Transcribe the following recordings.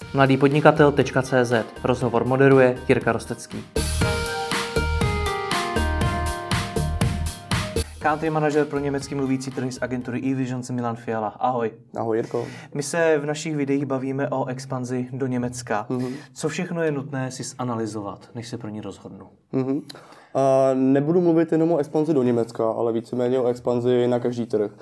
mladýpodnikatel.cz. Rozhovor moderuje Jirka Rostecký. Country manažer pro německy mluvící trhy z agentury eVisions Milan Fiala. Ahoj. Ahoj, Jirko. My se v našich videích bavíme o expanzi do Německa. Co všechno je nutné si zanalyzovat, než se pro ní rozhodnu? Nebudu mluvit jenom o expanzi do Německa, ale víceméně o expanzi na každý trh.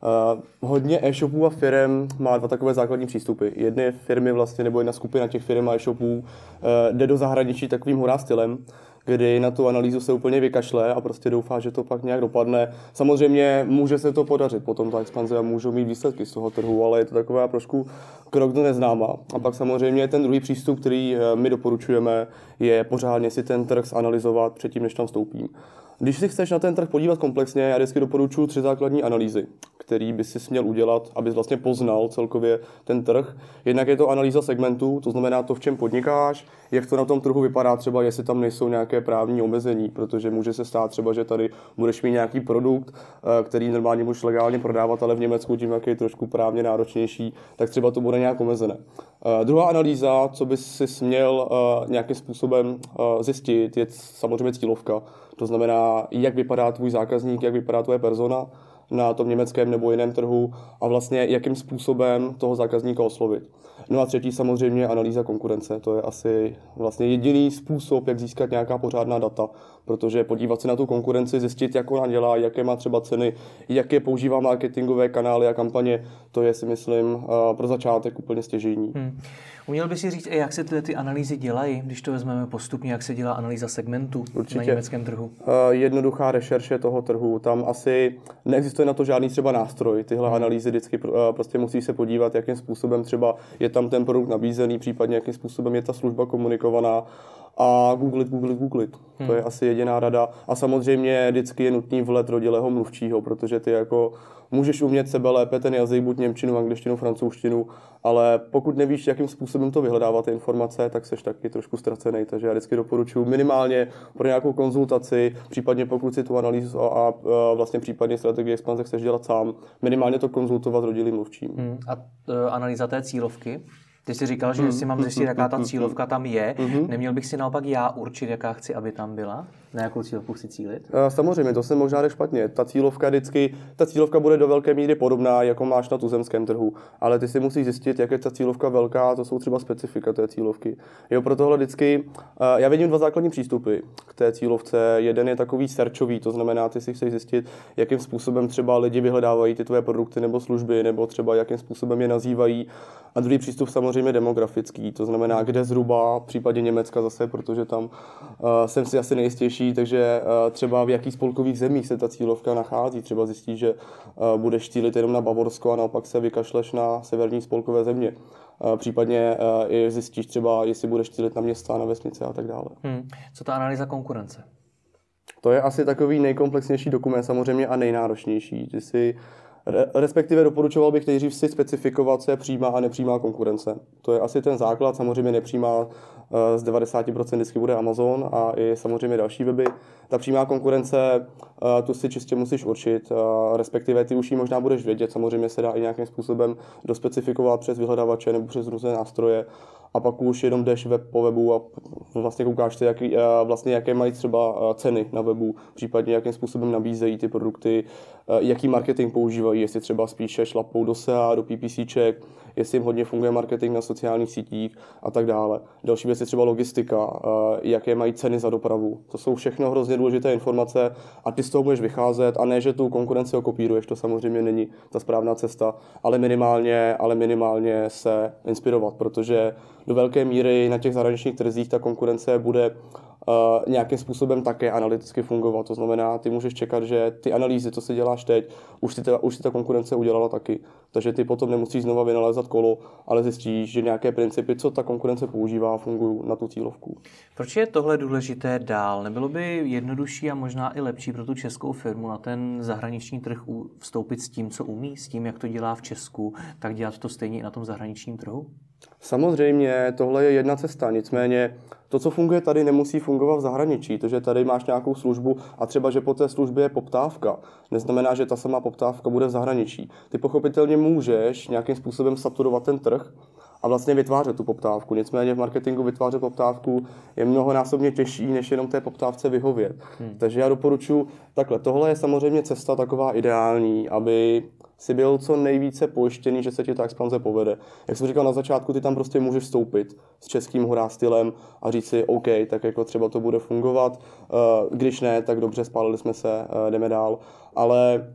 Hodně e-shopů a firm má dva takové základní přístupy. Jedny firmy vlastně, nebo jedna skupina těch firm a e-shopů jde do zahraničí takovým hurá stylem, kdy na tu analýzu se úplně vykašle a prostě doufá, že to pak nějak dopadne. Samozřejmě může se to podařit potom ta expanze a můžou mít výsledky z toho trhu, ale je to taková trošku krok do neznáma. A pak samozřejmě ten druhý přístup, který my doporučujeme, je pořádně si ten trh zanalyzovat předtím, než tam vstoupím. Když si chceš na ten trh podívat komplexně, já vždycky doporučuji 3 základní analýzy, který by si měl udělat, aby vlastně poznal celkově ten trh. Jednak je to analýza segmentů, to znamená to, v čem podnikáš, jak to na tom trhu vypadá, třeba jestli tam nejsou nějaké právní omezení, protože může se stát třeba, že tady budeš mít nějaký produkt, který normálně můžeš legálně prodávat, ale v Německu tím, jak je trošku právně náročnější, tak třeba to bude nějak omezené. Druhá analýza, co bys si měl nějakým způsobem zjistit, je samozřejmě cílovka. To znamená, jak vypadá tvůj zákazník, jak vypadá tvoje persona na tom německém nebo jiném trhu a vlastně jakým způsobem toho zákazníka oslovit. No a třetí samozřejmě analýza konkurence. To je asi vlastně jediný způsob, jak získat nějaká pořádná data, protože podívat se na tu konkurenci, zjistit, jak ona dělá, jaké má třeba ceny, jaké používá marketingové kanály a kampaně, to je, si myslím, pro začátek úplně stěžejní. Uměl by si říct, jak se ty analýzy dělají, když to vezmeme postupně, jak se dělá analýza segmentů na německém trhu? Jednoduchá rešerše toho trhu, tam asi neexistuje na to žádný třeba nástroj. Tyhle analýzy vždycky prostě musí se podívat, jakým způsobem třeba je tam ten produkt nabízený, případně jakým způsobem je ta služba komunikovaná a googlit. To je asi jediná rada. A samozřejmě vždycky je nutný vlet rodilého mluvčího, protože ty jako můžeš umět sebe lépe ten jazyk, buď němčinu, angličtinu, francouzštinu, ale pokud nevíš, jakým způsobem to vyhledávat ty informace, tak seš taky trošku ztracený. Takže já vždycky doporučuji minimálně pro nějakou konzultaci, případně pokud si tu analýzu a vlastně případně strategii expanze chceš dělat sám, minimálně to konzultovat rodilým mluvčím. A analýza té cílovky? Ty jsi říkal, že si mám zjistit, jaká ta cílovka tam je. Neměl bych si naopak já určit, jaká chci, aby tam byla? Na jakou cílovku chci cílit? Samozřejmě, to se možná jde špatně. Ta cílovka bude do velké míry podobná, jako máš na tuzemském trhu. Ale ty si musíš zjistit, jak je ta cílovka velká, to jsou třeba specifika té cílovky. Jo, pro tohle vždycky, já vidím 2 základní přístupy k té cílovce. Jeden je takový searchový, to znamená, ty si chceš zjistit, jakým způsobem třeba lidi vyhledávají ty tvoje produkty nebo služby, nebo třeba jakým způsobem je nazývají. A druhý přístup samozřejmě demografický, to znamená, kde zhruba, v případě Německa zase, protože tam jsem si asi nejistější, takže třeba v jakých spolkových zemích se ta cílovka nachází. Třeba zjistíš, že budeš cílit jenom na Bavorsko a naopak se vykašleš na severní spolkové země. Případně i zjistíš třeba, jestli budeš cílit na města, na vesnice a tak dále. Co ta analýza konkurence? To je asi takový nejkomplexnější dokument samozřejmě a nejnáročnější. Respektive doporučoval bych nejdřív si specifikovat, co je přímá a nepřímá konkurence. To je asi ten základ, samozřejmě nepřímá z 90% vždycky bude Amazon a i samozřejmě další weby. Ta přímá konkurence, tu si čistě musíš určit, respektive ty už ji možná budeš vědět, samozřejmě se dá i nějakým způsobem dospecifikovat přes vyhledávače nebo přes různé nástroje. A pak už jenom jdeš po webu a vlastně koukáš si, jaké mají třeba ceny na webu, případně jakým způsobem nabízejí ty produkty, jaký marketing používají, jestli třeba spíše šlapou do SEA, do PPCček, jestli jim hodně funguje marketing na sociálních sítích a tak dále. Další věc je třeba logistika, jaké mají ceny za dopravu. To jsou všechno hrozně důležité informace a ty z toho můžeš vycházet a ne, že tu konkurenci okopíruješ, to samozřejmě není ta správná cesta, ale minimálně se inspirovat, protože do velké míry na těch zahraničních trzích ta konkurence bude nějakým způsobem také analyticky fungovat. To znamená, ty můžeš čekat, že ty analýzy, co si děláš teď, už si ta konkurence udělala taky. Takže ty potom nemusíš znova vynalézat kolo, ale zjistíš, že nějaké principy, co ta konkurence používá, fungují na tu cílovku. Proč je tohle důležité dál? Nebylo by jednodušší a možná i lepší pro tu českou firmu na ten zahraniční trh vstoupit s tím, co umí, s tím, jak to dělá v Česku, tak dělat to stejně i na tom zahraničním trhu? Samozřejmě, tohle je jedna cesta, nicméně to, co funguje tady, nemusí fungovat v zahraničí. To, že tady máš nějakou službu a třeba, že po té službě je poptávka, neznamená, že ta samá poptávka bude v zahraničí. Ty pochopitelně můžeš nějakým způsobem saturovat ten trh a vlastně vytvářet tu poptávku. Nicméně v marketingu vytvářet poptávku je mnohonásobně těžší, než jenom té poptávce vyhovět. Takže já doporučuji takhle. Tohle je samozřejmě cesta taková ideální, aby si byl co nejvíce pojištěný, že se ti ta expanze povede. Jak jsem říkal na začátku, ty tam prostě můžeš vstoupit s českým hurá stylem a říct si, OK, tak jako třeba to bude fungovat, když ne, tak dobře, spálili jsme se, jdeme dál, ale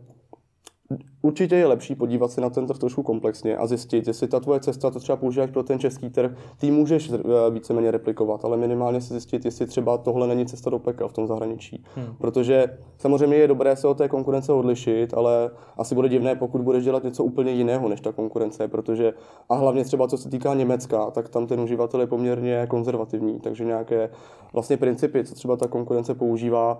určitě je lepší podívat se na ten trh trošku komplexně a zjistit, jestli ta tvoje cesta, to třeba používáš pro ten český trh, ty můžeš víceméně replikovat, ale minimálně si zjistit, jestli třeba tohle není cesta do pekel v tom zahraničí. Protože samozřejmě je dobré se od té konkurence odlišit, ale asi bude divné, pokud budeš dělat něco úplně jiného než ta konkurence, protože a hlavně třeba co se týká Německa, tak tam ten uživatel je poměrně konzervativní, takže nějaké vlastně principy, co třeba ta konkurence používá,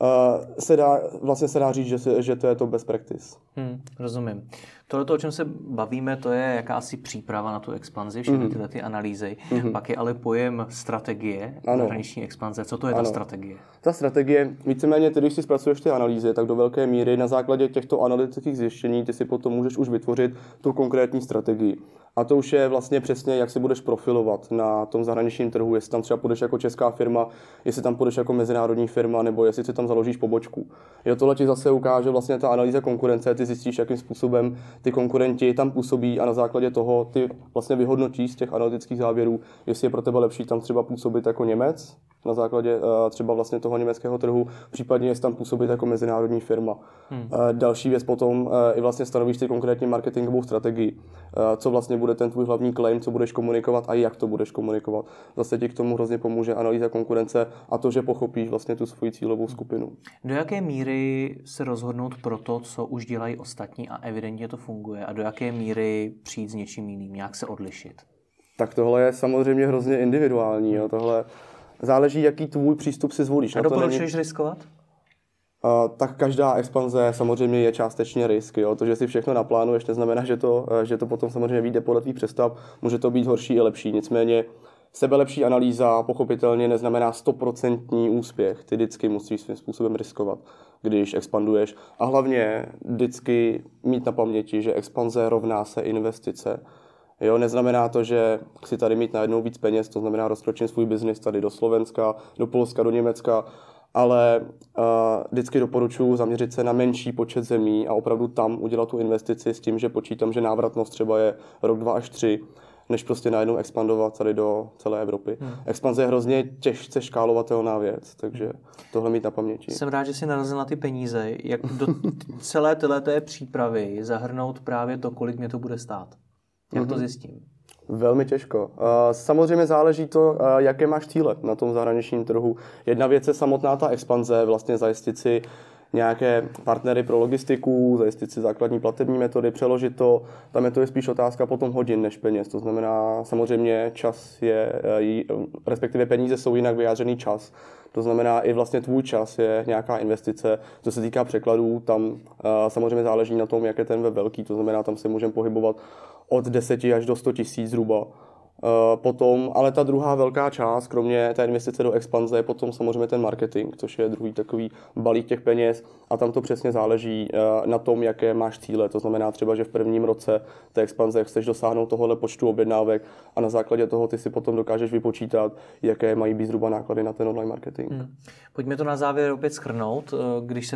se dá říct, že to je to best practice. Rozumím. Tohle, o čem se bavíme, to je jakási příprava na tu expanzi, všechny tyhle ty analýzy. Pak je ale pojem strategie, zahraniční expanze. Co to je ta strategie? Ta strategie, víceméně, když si zpracuješ ty analýzy, tak do velké míry na základě těchto analytických zjištění ty si potom můžeš už vytvořit tu konkrétní strategii. A to už je vlastně přesně, jak si budeš profilovat na tom zahraničním trhu, jestli tam třeba půjdeš jako česká firma, jestli tam půjdeš jako mezinárodní firma, nebo jestli si tam založíš pobočku. Tohle ti zase ukáže vlastně ta analýza konkurence, ty zjistíš, jakým způsobem ty konkurenti tam působí a na základě toho ty vlastně vyhodnotíš z těch analytických závěrů, jestli je pro tebe lepší tam třeba působit jako Němec, na základě třeba vlastně toho německého trhu, případně jestli tam působit jako mezinárodní firma. Další věc potom i vlastně stanovíš si konkrétně marketingovou strategii, co vlastně bude ten tvůj hlavní claim, co budeš komunikovat a jak to budeš komunikovat. Zase ti k tomu hrozně pomůže analýza konkurence a to, že pochopíš vlastně tu svoji cílovou skupinu. Do jaké míry se rozhodnout pro to, co už dělají ostatní a evidentně to funguje, a do jaké míry přijít s něčím jiným, nějak se odlišit? Tak tohle je samozřejmě hrozně individuální. Jo. Tohle záleží, jaký tvůj přístup si zvolíš. A doporučuješ riskovat? Tak každá expanze samozřejmě je částečně risk. Jo. To, že si všechno naplánuješ, neznamená, že to potom samozřejmě vyjde podle tvých představ. Může to být horší i lepší. Nicméně sebelepší analýza pochopitelně neznamená 100% úspěch. Ty vždycky musíš svým způsobem riskovat, když expanduješ. A hlavně vždycky mít na paměti, že expanze rovná se investice. Jo, neznamená to, že chci tady mít najednou víc peněz, to znamená rozkročím svůj biznis tady do Slovenska, do Polska, do Německa, ale vždycky doporučuji zaměřit se na menší počet zemí a opravdu tam udělat tu investici s tím, že počítám, že návratnost třeba je rok, 2 až 3, než prostě najednou expandovat tady do celé Evropy. Expanze je hrozně těžce škálovatelná věc, takže tohle mít na paměti. Jsem rád, že jsi narazil na ty peníze. Jak do celé téhleté přípravy zahrnout právě to, kolik mě to bude stát? Jak to zjistím? Velmi těžko. Samozřejmě záleží to, jaké máš cíle na tom zahraničním trhu. Jedna věc je samotná ta expanze, vlastně zajistit si nějaké partnery pro logistiku, zajistit si základní platební metody, přeložit to. Tam je to spíš otázka potom hodin než peněz. To znamená, samozřejmě čas je, respektive peníze jsou jinak vyjádřený čas. To znamená, i vlastně tvůj čas je nějaká investice. Co se týká překladů, tam samozřejmě záleží na tom, jak je ten web velký. To znamená, tam se můžeme pohybovat od 10 až do 100 tisíc zhruba. Potom, ale ta druhá velká část, kromě té investice do expanze, je potom samozřejmě ten marketing, což je druhý takový balík těch peněz a tam to přesně záleží na tom, jaké máš cíle. To znamená třeba, že v prvním roce té expanze chceš dosáhnout tohohle počtu objednávek a na základě toho ty si potom dokážeš vypočítat, jaké mají být zhruba náklady na ten online marketing. Pojďme to na závěr opět shrnout, když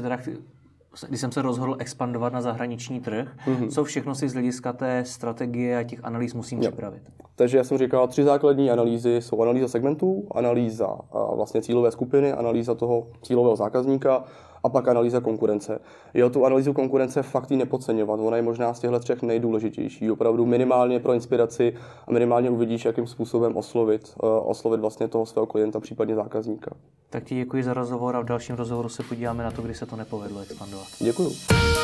jsem se rozhodl expandovat na zahraniční trh, co všechno si z hlediska té strategie a těch analýz musím připravit? Takže já jsem říkal, 3 základní analýzy jsou analýza segmentů, analýza vlastně cílové skupiny, analýza toho cílového zákazníka a pak analýza konkurence. Tu analýzu konkurence fakt ji nepodceňovat, ona je možná z těchto 3 nejdůležitější. Opravdu minimálně pro inspiraci a minimálně uvidíš, jakým způsobem oslovit vlastně toho svého klienta, případně zákazníka. Tak ti děkuji za rozhovor a v dalším rozhovoru se podíváme na to, kdy se to nepovedlo expandovat. Děkuji.